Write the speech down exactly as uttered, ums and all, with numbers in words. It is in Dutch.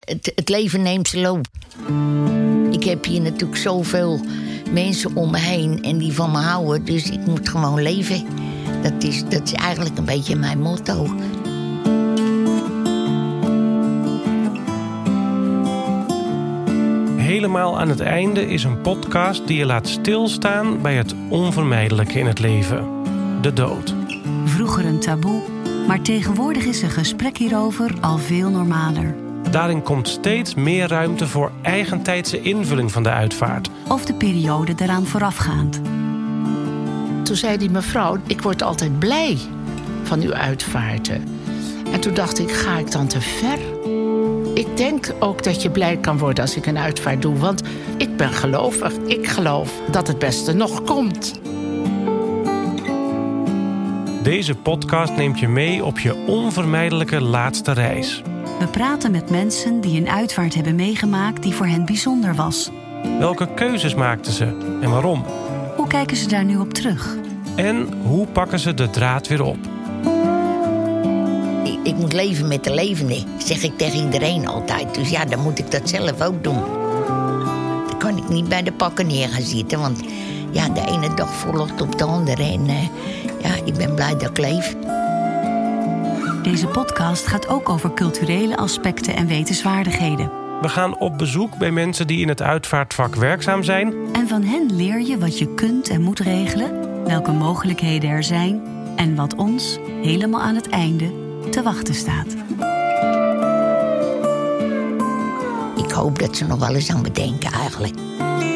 het, het leven neemt zijn loop. Ik heb hier natuurlijk zoveel mensen om me heen en die van me houden. Dus ik moet gewoon leven. Dat is, dat is eigenlijk een beetje mijn motto. Helemaal aan het einde is een podcast die je laat stilstaan bij het onvermijdelijke in het leven. De dood. Vroeger een taboe, maar tegenwoordig is een gesprek hierover al veel normaler. Daarin komt steeds meer ruimte voor eigentijdse invulling van de uitvaart. Of de periode daaraan voorafgaand. Toen zei die mevrouw, ik word altijd blij van uw uitvaarten. En toen dacht ik, ga ik dan te ver? Ik denk ook dat je blij kan worden als ik een uitvaart doe. Want ik ben gelovig. Ik geloof dat het beste nog komt. Deze podcast neemt je mee op je onvermijdelijke laatste reis. We praten met mensen die een uitvaart hebben meegemaakt die voor hen bijzonder was. Welke keuzes maakten ze en waarom? Hoe kijken ze daar nu op terug? En hoe pakken ze de draad weer op? Ik, ik moet leven met de levende, zeg ik tegen iedereen altijd. Dus ja, dan moet ik dat zelf ook doen. Dan kan ik niet bij de pakken neer gaan zitten. Want ja, de ene dag volgt op de andere. En uh, ja, ik ben blij dat ik leef. Deze podcast gaat ook over culturele aspecten en wetenswaardigheden. We gaan op bezoek bij mensen die in het uitvaartvak werkzaam zijn. En van hen leer je wat je kunt en moet regelen, welke mogelijkheden er zijn en wat ons, helemaal aan het einde, te wachten staat. Ik hoop dat ze nog wel eens aan me denken eigenlijk.